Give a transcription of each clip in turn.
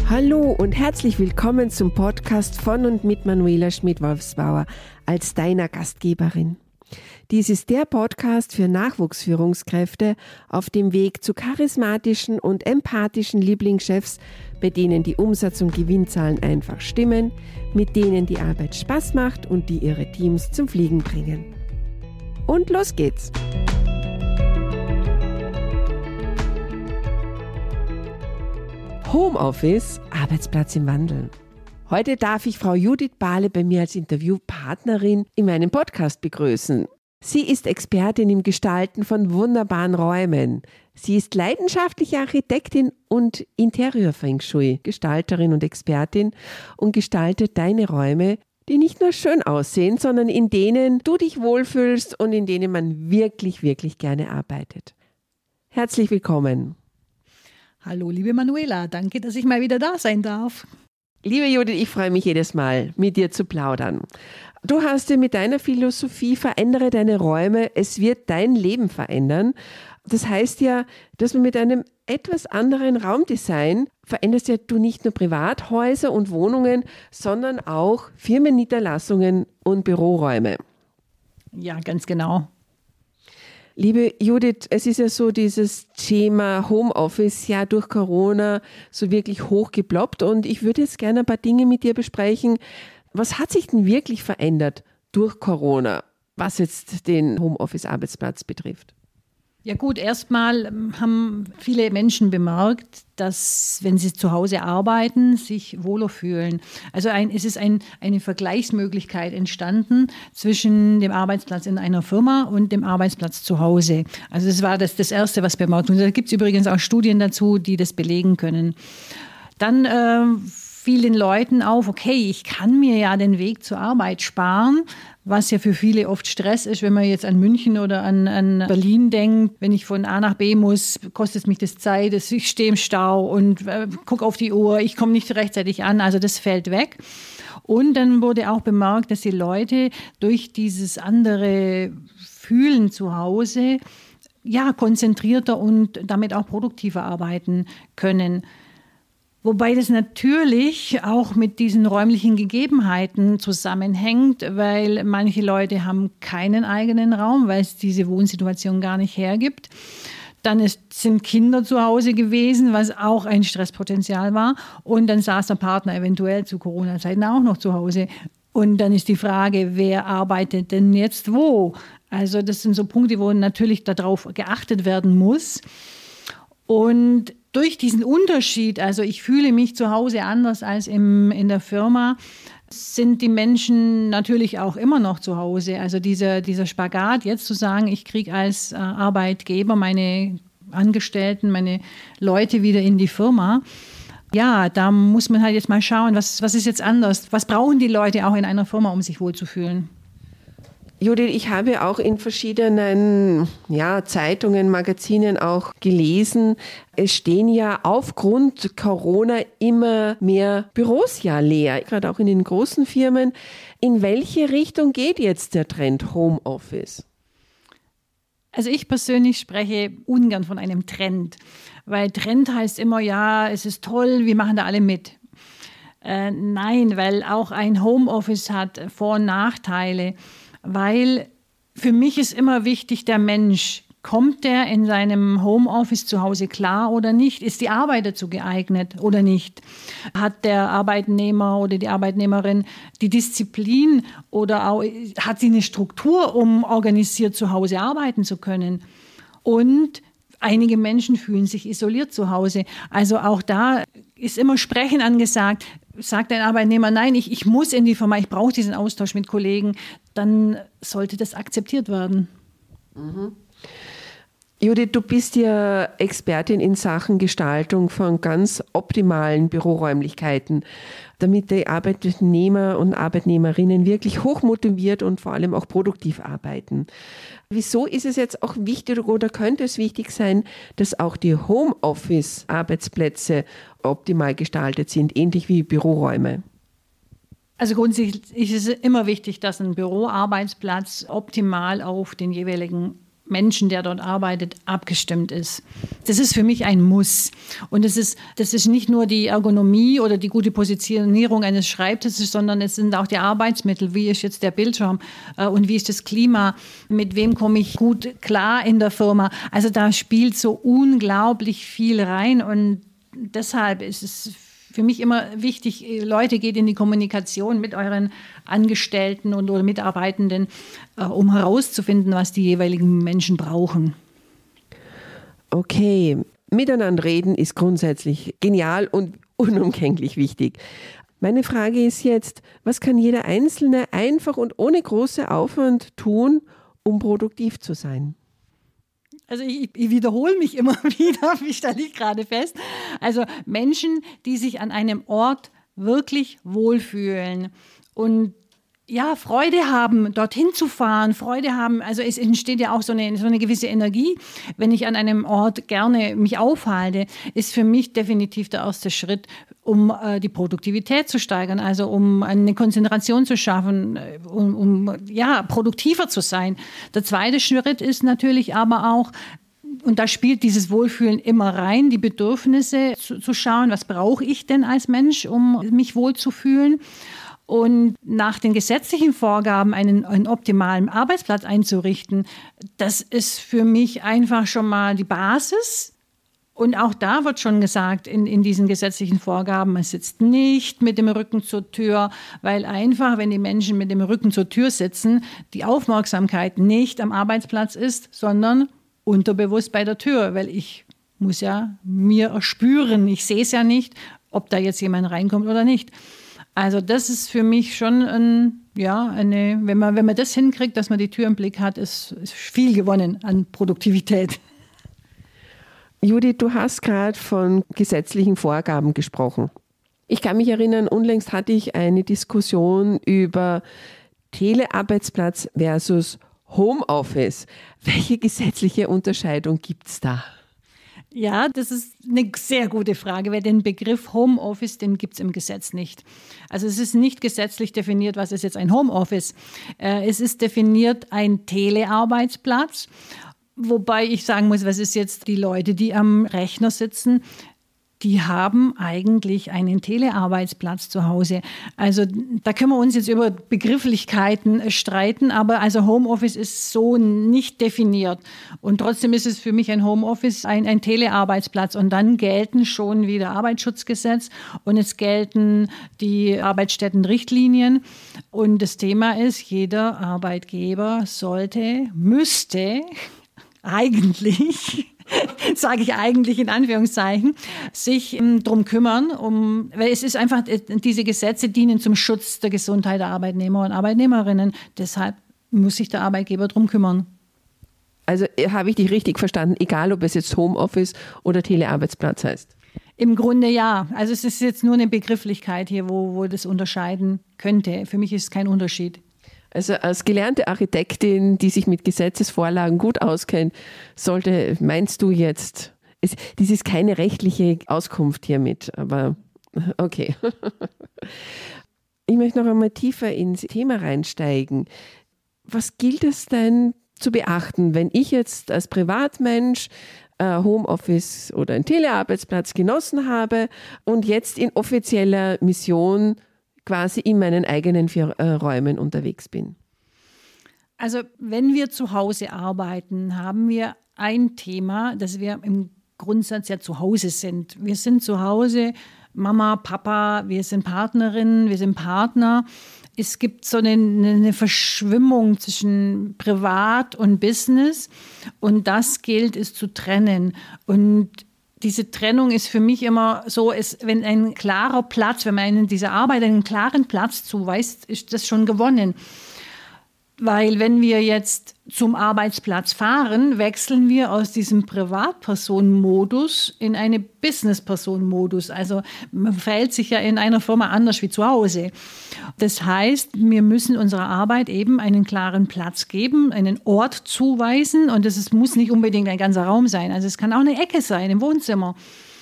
Hallo und herzlich willkommen zum Podcast von und mit Manuela Schmid-Wolfsbauer als deiner Gastgeberin. Dies ist der Podcast für Nachwuchsführungskräfte auf dem Weg zu charismatischen und empathischen Lieblingschefs, bei denen die Umsatz- und Gewinnzahlen einfach stimmen, mit denen die Arbeit Spaß macht und die ihre Teams zum Fliegen bringen. Und los geht's! Homeoffice, Arbeitsplatz im Wandel. Heute darf ich Frau Judith Bahle bei mir als Interviewpartnerin in meinem Podcast begrüßen. Sie ist Expertin im Gestalten von wunderbaren Räumen. Sie ist leidenschaftliche Architektin und Interior-Feng Shui, Gestalterin und Expertin und gestaltet deine Räume, die nicht nur schön aussehen, sondern in denen du dich wohlfühlst und in denen man wirklich, wirklich gerne arbeitet. Herzlich willkommen. Hallo, liebe Manuela, danke, dass ich mal wieder da sein darf. Liebe Judith, ich freue mich jedes Mal, mit dir zu plaudern. Du hast dir mit deiner Philosophie verändere deine Räume, es wird dein Leben verändern. Das heißt ja, dass man mit einem etwas anderen Raumdesign veränderst ja du nicht nur Privathäuser und Wohnungen, sondern auch Firmenniederlassungen und Büroräume. Ja, ganz genau. Liebe Judith, es ist ja so, dieses Thema Homeoffice ja durch Corona so wirklich hochgeploppt und ich würde jetzt gerne ein paar Dinge mit dir besprechen. Was hat sich denn wirklich verändert durch Corona, was jetzt den Homeoffice-Arbeitsplatz betrifft? Ja gut, erstmal haben viele Menschen bemerkt, dass, wenn sie zu Hause arbeiten, sich wohler fühlen. Also es ist eine Vergleichsmöglichkeit entstanden zwischen dem Arbeitsplatz in einer Firma und dem Arbeitsplatz zu Hause. Also das war das Erste, was bemerkt wurde. Da gibt es übrigens auch Studien dazu, die das belegen können. Dann fiel den Leuten auf, okay, ich kann mir ja den Weg zur Arbeit sparen, was ja für viele oft Stress ist, wenn man jetzt an München oder an Berlin denkt. Wenn ich von A nach B muss, kostet es mich das Zeit, ich stehe im Stau und gucke auf die Uhr, ich komme nicht rechtzeitig an, also das fällt weg. Und dann wurde auch bemerkt, dass die Leute durch dieses andere Fühlen zu Hause ja konzentrierter und damit auch produktiver arbeiten können. Wobei das natürlich auch mit diesen räumlichen Gegebenheiten zusammenhängt, weil manche Leute haben keinen eigenen Raum, weil es diese Wohnsituation gar nicht hergibt. Dann sind Kinder zu Hause gewesen, was auch ein Stresspotenzial war. Und dann saß der Partner eventuell zu Corona-Zeiten auch noch zu Hause. Und dann ist die Frage, wer arbeitet denn jetzt wo? Also das sind so Punkte, wo natürlich darauf geachtet werden muss. Und durch diesen Unterschied, also ich fühle mich zu Hause anders als in der Firma, sind die Menschen natürlich auch immer noch zu Hause. Also dieser Spagat, jetzt zu sagen, ich kriege als Arbeitgeber meine Angestellten, meine Leute wieder in die Firma. Ja, da muss man halt jetzt mal schauen, was ist jetzt anders? Was brauchen die Leute auch in einer Firma, um sich wohlzufühlen? Judith, ich habe auch in verschiedenen Zeitungen, Magazinen auch gelesen, es stehen ja aufgrund Corona immer mehr Büros ja leer, gerade auch in den großen Firmen. In welche Richtung geht jetzt der Trend Homeoffice? Also ich persönlich spreche ungern von einem Trend, weil Trend heißt immer, ja, es ist toll, wir machen da alle mit. Nein, weil auch ein Homeoffice hat Vor- und Nachteile. Weil für mich ist immer wichtig, der Mensch, kommt der in seinem Homeoffice zu Hause klar oder nicht? Ist die Arbeit dazu geeignet oder nicht? Hat der Arbeitnehmer oder die Arbeitnehmerin die Disziplin oder auch, hat sie eine Struktur, um organisiert zu Hause arbeiten zu können? Und einige Menschen fühlen sich isoliert zu Hause. Also auch da ist immer Sprechen angesagt. Sagt ein Arbeitnehmer, nein, ich muss in die Firma, ich brauche diesen Austausch mit Kollegen, dann sollte das akzeptiert werden. Mhm. Judith, du bist ja Expertin in Sachen Gestaltung von ganz optimalen Büroräumlichkeiten, damit die Arbeitnehmer und Arbeitnehmerinnen wirklich hochmotiviert und vor allem auch produktiv arbeiten. Wieso ist es jetzt auch wichtig oder könnte es wichtig sein, dass auch die Homeoffice-Arbeitsplätze optimal gestaltet sind, ähnlich wie Büroräume? Also grundsätzlich ist es immer wichtig, dass ein Büroarbeitsplatz optimal auf den jeweiligen Menschen, der dort arbeitet, abgestimmt ist. Das ist für mich ein Muss. Und das ist nicht nur die Ergonomie oder die gute Positionierung eines Schreibtisches, sondern es sind auch die Arbeitsmittel. Wie ist jetzt der Bildschirm und wie ist das Klima? Mit wem komme ich gut klar in der Firma? Also da spielt so unglaublich viel rein und deshalb ist es für mich immer wichtig, Leute, geht in die Kommunikation mit euren Angestellten oder Mitarbeitenden, um herauszufinden, was die jeweiligen Menschen brauchen. Okay, miteinander reden ist grundsätzlich genial und unumgänglich wichtig. Meine Frage ist jetzt, was kann jeder Einzelne einfach und ohne großen Aufwand tun, um produktiv zu sein? Also ich wiederhole mich immer wieder, wie stelle ich gerade fest. Also Menschen, die sich an einem Ort wirklich wohlfühlen und ja, Freude haben, dorthin zu fahren, Freude haben. Also es entsteht ja auch so eine gewisse Energie. Wenn ich an einem Ort gerne mich aufhalte, ist für mich definitiv der erste Schritt, um die Produktivität zu steigern, also um eine Konzentration zu schaffen, um produktiver zu sein. Der zweite Schritt ist natürlich aber auch, und da spielt dieses Wohlfühlen immer rein, die Bedürfnisse zu schauen, was brauche ich denn als Mensch, um mich wohlzufühlen. Und nach den gesetzlichen Vorgaben einen optimalen Arbeitsplatz einzurichten, das ist für mich einfach schon mal die Basis. Und auch da wird schon gesagt, in diesen gesetzlichen Vorgaben, man sitzt nicht mit dem Rücken zur Tür, weil einfach, wenn die Menschen mit dem Rücken zur Tür sitzen, die Aufmerksamkeit nicht am Arbeitsplatz ist, sondern unterbewusst bei der Tür, weil ich muss ja mir erspüren, ich sehe es ja nicht, ob da jetzt jemand reinkommt oder nicht. Also das ist für mich schon wenn man das hinkriegt, dass man die Tür im Blick hat, ist viel gewonnen an Produktivität. Judith, du hast gerade von gesetzlichen Vorgaben gesprochen. Ich kann mich erinnern, unlängst hatte ich eine Diskussion über Telearbeitsplatz versus Homeoffice. Welche gesetzliche Unterscheidung gibt es da? Ja, das ist eine sehr gute Frage, weil den Begriff Homeoffice, den gibt es im Gesetz nicht. Also es ist nicht gesetzlich definiert, was ist jetzt ein Homeoffice. Es ist definiert ein Telearbeitsplatz, wobei ich sagen muss, was ist jetzt die Leute, die am Rechner sitzen, die haben eigentlich einen Telearbeitsplatz zu Hause. Also da können wir uns jetzt über Begrifflichkeiten streiten, aber also Homeoffice ist so nicht definiert. Und trotzdem ist es für mich ein Homeoffice, ein Telearbeitsplatz. Und dann gelten schon wieder Arbeitsschutzgesetz und es gelten die Arbeitsstättenrichtlinien. Und das Thema ist, jeder Arbeitgeber müsste eigentlich sage ich eigentlich in Anführungszeichen, sich drum kümmern, weil es ist einfach, diese Gesetze dienen zum Schutz der Gesundheit der Arbeitnehmer und Arbeitnehmerinnen. Deshalb muss sich der Arbeitgeber drum kümmern. Also habe ich dich richtig verstanden, egal ob es jetzt Homeoffice oder Telearbeitsplatz heißt? Im Grunde ja. Also es ist jetzt nur eine Begrifflichkeit hier, wo das unterscheiden könnte. Für mich ist es kein Unterschied. Also als gelernte Architektin, die sich mit Gesetzesvorlagen gut auskennt, meinst du jetzt, das ist keine rechtliche Auskunft hiermit, aber okay. Ich möchte noch einmal tiefer ins Thema reinsteigen. Was gilt es denn zu beachten, wenn ich jetzt als Privatmensch Homeoffice oder einen Telearbeitsplatz genossen habe und jetzt in offizieller Mission quasi in meinen eigenen 4 Räumen unterwegs bin? Also wenn wir zu Hause arbeiten, haben wir ein Thema, dass wir im Grundsatz ja zu Hause sind. Wir sind zu Hause, Mama, Papa, wir sind Partnerinnen, wir sind Partner. Es gibt so eine Verschwimmung zwischen Privat und Business und das gilt es zu trennen. Und diese Trennung ist für mich immer so, wenn ein klarer Platz, wenn man in dieser Arbeit einen klaren Platz zuweist, ist das schon gewonnen. Weil wenn wir jetzt zum Arbeitsplatz fahren, wechseln wir aus diesem Privatpersonenmodus in eine Businesspersonenmodus. Also man verhält sich ja in einer Firma anders wie zu Hause. Das heißt, wir müssen unserer Arbeit eben einen klaren Platz geben, einen Ort zuweisen. Und muss nicht unbedingt ein ganzer Raum sein. Also es kann auch eine Ecke sein im Wohnzimmer.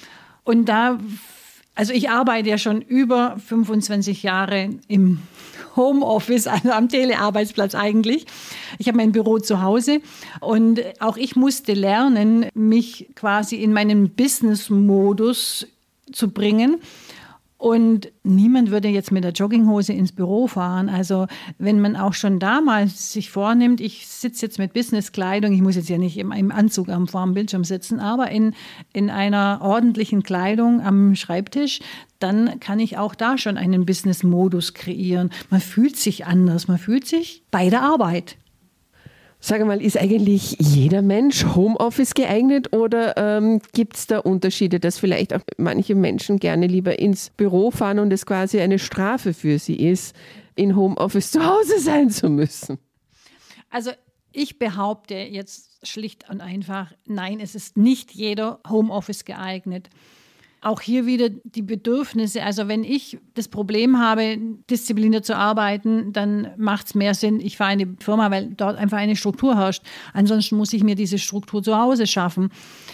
Und also ich arbeite ja schon über 25 Jahre im Homeoffice, also am Telearbeitsplatz eigentlich. Ich habe mein Büro zu Hause und auch ich musste lernen, mich quasi in meinen Business-Modus zu bringen. Und niemand würde jetzt mit der Jogginghose ins Büro fahren. Also wenn man auch schon damals sich vornimmt, ich sitze jetzt mit Businesskleidung, ich muss jetzt ja nicht im Anzug vor dem Bildschirm sitzen, aber in einer ordentlichen Kleidung am Schreibtisch, dann kann ich auch da schon einen Business-Modus kreieren. Man fühlt sich anders, man fühlt sich bei der Arbeit. Sag mal, ist eigentlich jeder Mensch Homeoffice geeignet oder gibt es da Unterschiede, dass vielleicht auch manche Menschen gerne lieber ins Büro fahren und es quasi eine Strafe für sie ist, in Homeoffice zu Hause sein zu müssen? Also ich behaupte jetzt schlicht und einfach, nein, es ist nicht jeder Homeoffice geeignet. Auch hier wieder die Bedürfnisse. Also wenn ich das Problem habe, diszipliniert zu arbeiten, dann macht es mehr Sinn, ich fahre in die Firma, weil dort einfach eine Struktur herrscht. Ansonsten muss ich mir diese Struktur zu Hause schaffen.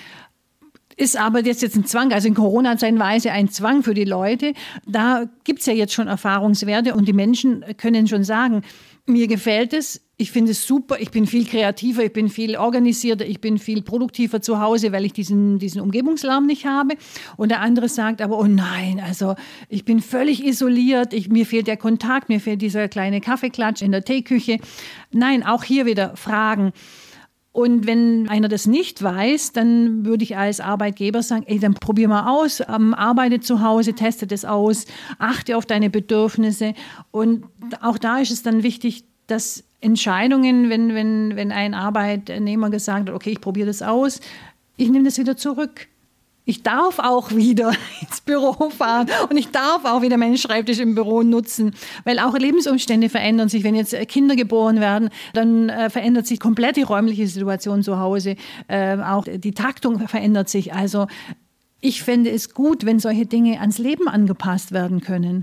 Ist aber jetzt ein Zwang, also in Corona-Zeitenweise ein Zwang für die Leute. Da gibt es ja jetzt schon Erfahrungswerte und die Menschen können schon sagen, mir gefällt es, ich finde es super, ich bin viel kreativer, ich bin viel organisierter, ich bin viel produktiver zu Hause, weil ich diesen Umgebungslärm nicht habe. Und der andere sagt aber, oh nein, also ich bin völlig isoliert, mir fehlt der Kontakt, mir fehlt dieser kleine Kaffeeklatsch in der Teeküche. Nein, auch hier wieder Fragen. Und wenn einer das nicht weiß, dann würde ich als Arbeitgeber sagen, ey, dann probier mal aus, arbeite zu Hause, teste das aus, achte auf deine Bedürfnisse. Und auch da ist es dann wichtig, dass Entscheidungen, wenn ein Arbeitnehmer gesagt hat, okay, ich probiere das aus, ich nehme das wieder zurück. Ich darf auch wieder ins Büro fahren und ich darf auch wieder meinen Schreibtisch im Büro nutzen, weil auch Lebensumstände verändern sich. Wenn jetzt Kinder geboren werden, dann verändert sich komplett die räumliche Situation zu Hause. Auch die Taktung verändert sich. Also ich fände es gut, wenn solche Dinge ans Leben angepasst werden können.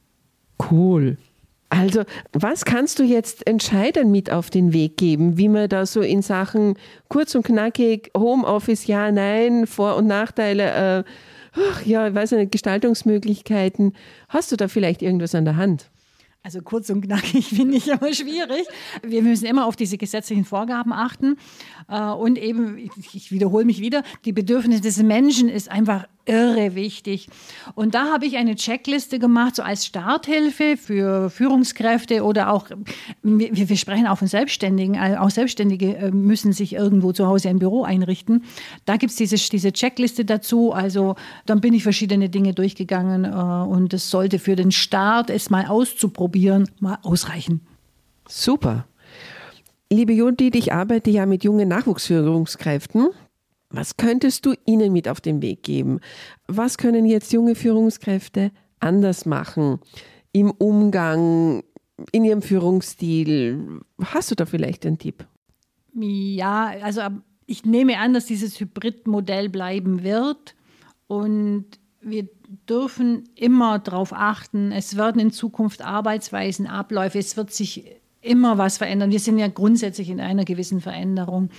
Cool. Also, was kannst du jetzt Entscheidern mit auf den Weg geben, wie man da so in Sachen kurz und knackig, Homeoffice, ja, nein, Vor- und Nachteile, ich weiß nicht, Gestaltungsmöglichkeiten. Hast du da vielleicht irgendwas an der Hand? Also kurz und knackig finde ich immer schwierig. Wir müssen immer auf diese gesetzlichen Vorgaben achten. Und eben, ich wiederhole mich wieder, die Bedürfnisse des Menschen ist einfach irre wichtig. Und da habe ich eine Checkliste gemacht, so als Starthilfe für Führungskräfte oder auch, wir sprechen auch von Selbstständigen, auch Selbstständige müssen sich irgendwo zu Hause ein Büro einrichten. Da gibt es diese Checkliste dazu. Also dann bin ich verschiedene Dinge durchgegangen und es sollte für den Start, es mal auszuprobieren, mal ausreichen. Super. Liebe Judith, ich arbeite ja mit jungen Nachwuchsführungskräften. Was könntest du ihnen mit auf den Weg geben? Was können jetzt junge Führungskräfte anders machen im Umgang, in ihrem Führungsstil? Hast du da vielleicht einen Tipp? Ja, also ich nehme an, dass dieses Hybridmodell bleiben wird und wir dürfen immer darauf achten, es werden in Zukunft Arbeitsweisen, Abläufe, es wird sich immer was verändern. Wir sind ja grundsätzlich in einer gewissen Veränderung.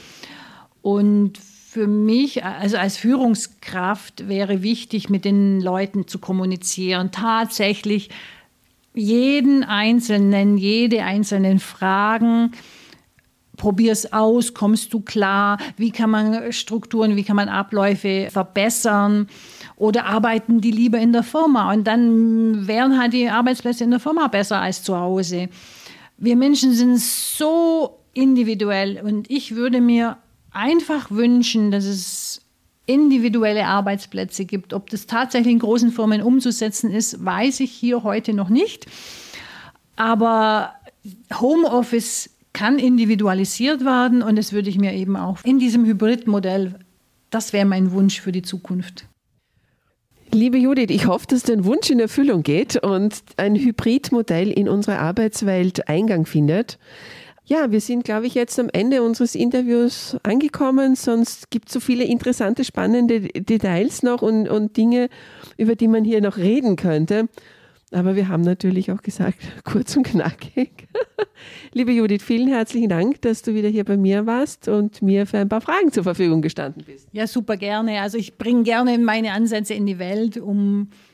Und für mich, also als Führungskraft, wäre wichtig, mit den Leuten zu kommunizieren, tatsächlich jede einzelnen Fragen, probier es aus, kommst du klar, wie kann man Strukturen, wie kann man Abläufe verbessern oder arbeiten die lieber in der Firma und dann wären halt die Arbeitsplätze in der Firma besser als zu Hause. Wir Menschen sind so individuell und ich würde mir einfach wünschen, dass es individuelle Arbeitsplätze gibt. Ob das tatsächlich in großen Firmen umzusetzen ist, weiß ich hier heute noch nicht. Aber Homeoffice kann individualisiert werden und das würde ich mir eben auch in diesem Hybridmodell, das wäre mein Wunsch für die Zukunft. Liebe Judith, ich hoffe, dass dein Wunsch in Erfüllung geht und ein Hybridmodell in unsere Arbeitswelt Eingang findet. Ja, wir sind, glaube ich, jetzt am Ende unseres Interviews angekommen. Sonst gibt es so viele interessante, spannende Details noch und Dinge, über die man hier noch reden könnte. Aber wir haben natürlich auch gesagt, kurz und knackig. Liebe Judith, vielen herzlichen Dank, dass du wieder hier bei mir warst und mir für ein paar Fragen zur Verfügung gestanden bist. Ja, super gerne. Also ich bringe gerne meine Ansätze in die Welt, um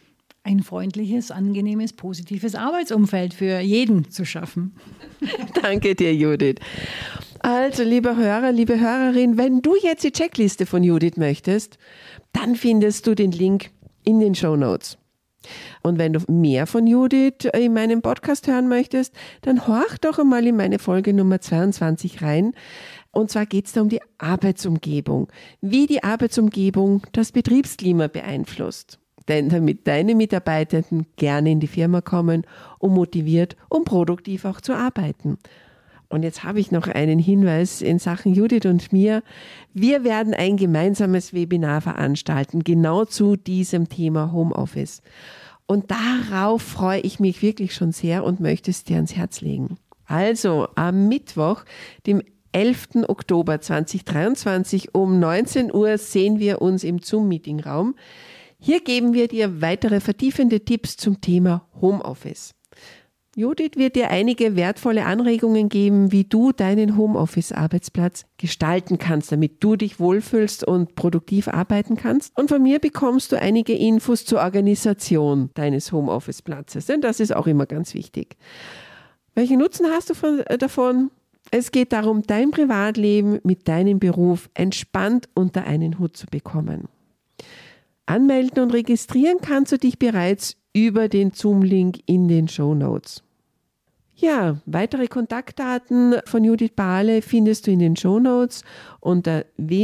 ein freundliches, angenehmes, positives Arbeitsumfeld für jeden zu schaffen. Danke dir, Judith. Also, lieber Hörer, liebe Hörerin, wenn du jetzt die Checkliste von Judith möchtest, dann findest du den Link in den Shownotes. Und wenn du mehr von Judith in meinem Podcast hören möchtest, dann horch doch einmal in meine Folge Nummer 22 rein. Und zwar geht es da um die Arbeitsumgebung, wie die Arbeitsumgebung das Betriebsklima beeinflusst. Denn damit deine Mitarbeitenden gerne in die Firma kommen, um motiviert und produktiv auch zu arbeiten. Und jetzt habe ich noch einen Hinweis in Sachen Judith und mir. Wir werden ein gemeinsames Webinar veranstalten, genau zu diesem Thema Homeoffice. Und darauf freue ich mich wirklich schon sehr und möchte es dir ans Herz legen. Also am Mittwoch, dem 11. Oktober 2023 um 19 Uhr sehen wir uns im Zoom-Meeting-Raum. Hier geben wir dir weitere vertiefende Tipps zum Thema Homeoffice. Judith wird dir einige wertvolle Anregungen geben, wie du deinen Homeoffice-Arbeitsplatz gestalten kannst, damit du dich wohlfühlst und produktiv arbeiten kannst. Und von mir bekommst du einige Infos zur Organisation deines Homeoffice-Platzes, denn das ist auch immer ganz wichtig. Welchen Nutzen hast du davon? Es geht darum, dein Privatleben mit deinem Beruf entspannt unter einen Hut zu bekommen. Anmelden und registrieren kannst du dich bereits über den Zoom-Link in den Shownotes. Ja, weitere Kontaktdaten von Judith Bahle findest du in den Shownotes unter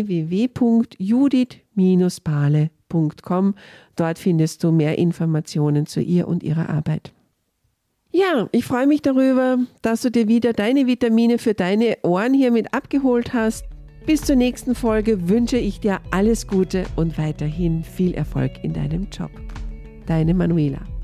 www.judith-bahle.com. Dort findest du mehr Informationen zu ihr und ihrer Arbeit. Ja, ich freue mich darüber, dass du dir wieder deine Vitamine für deine Ohren hiermit abgeholt hast. Bis zur nächsten Folge wünsche ich dir alles Gute und weiterhin viel Erfolg in deinem Job. Deine Manuela.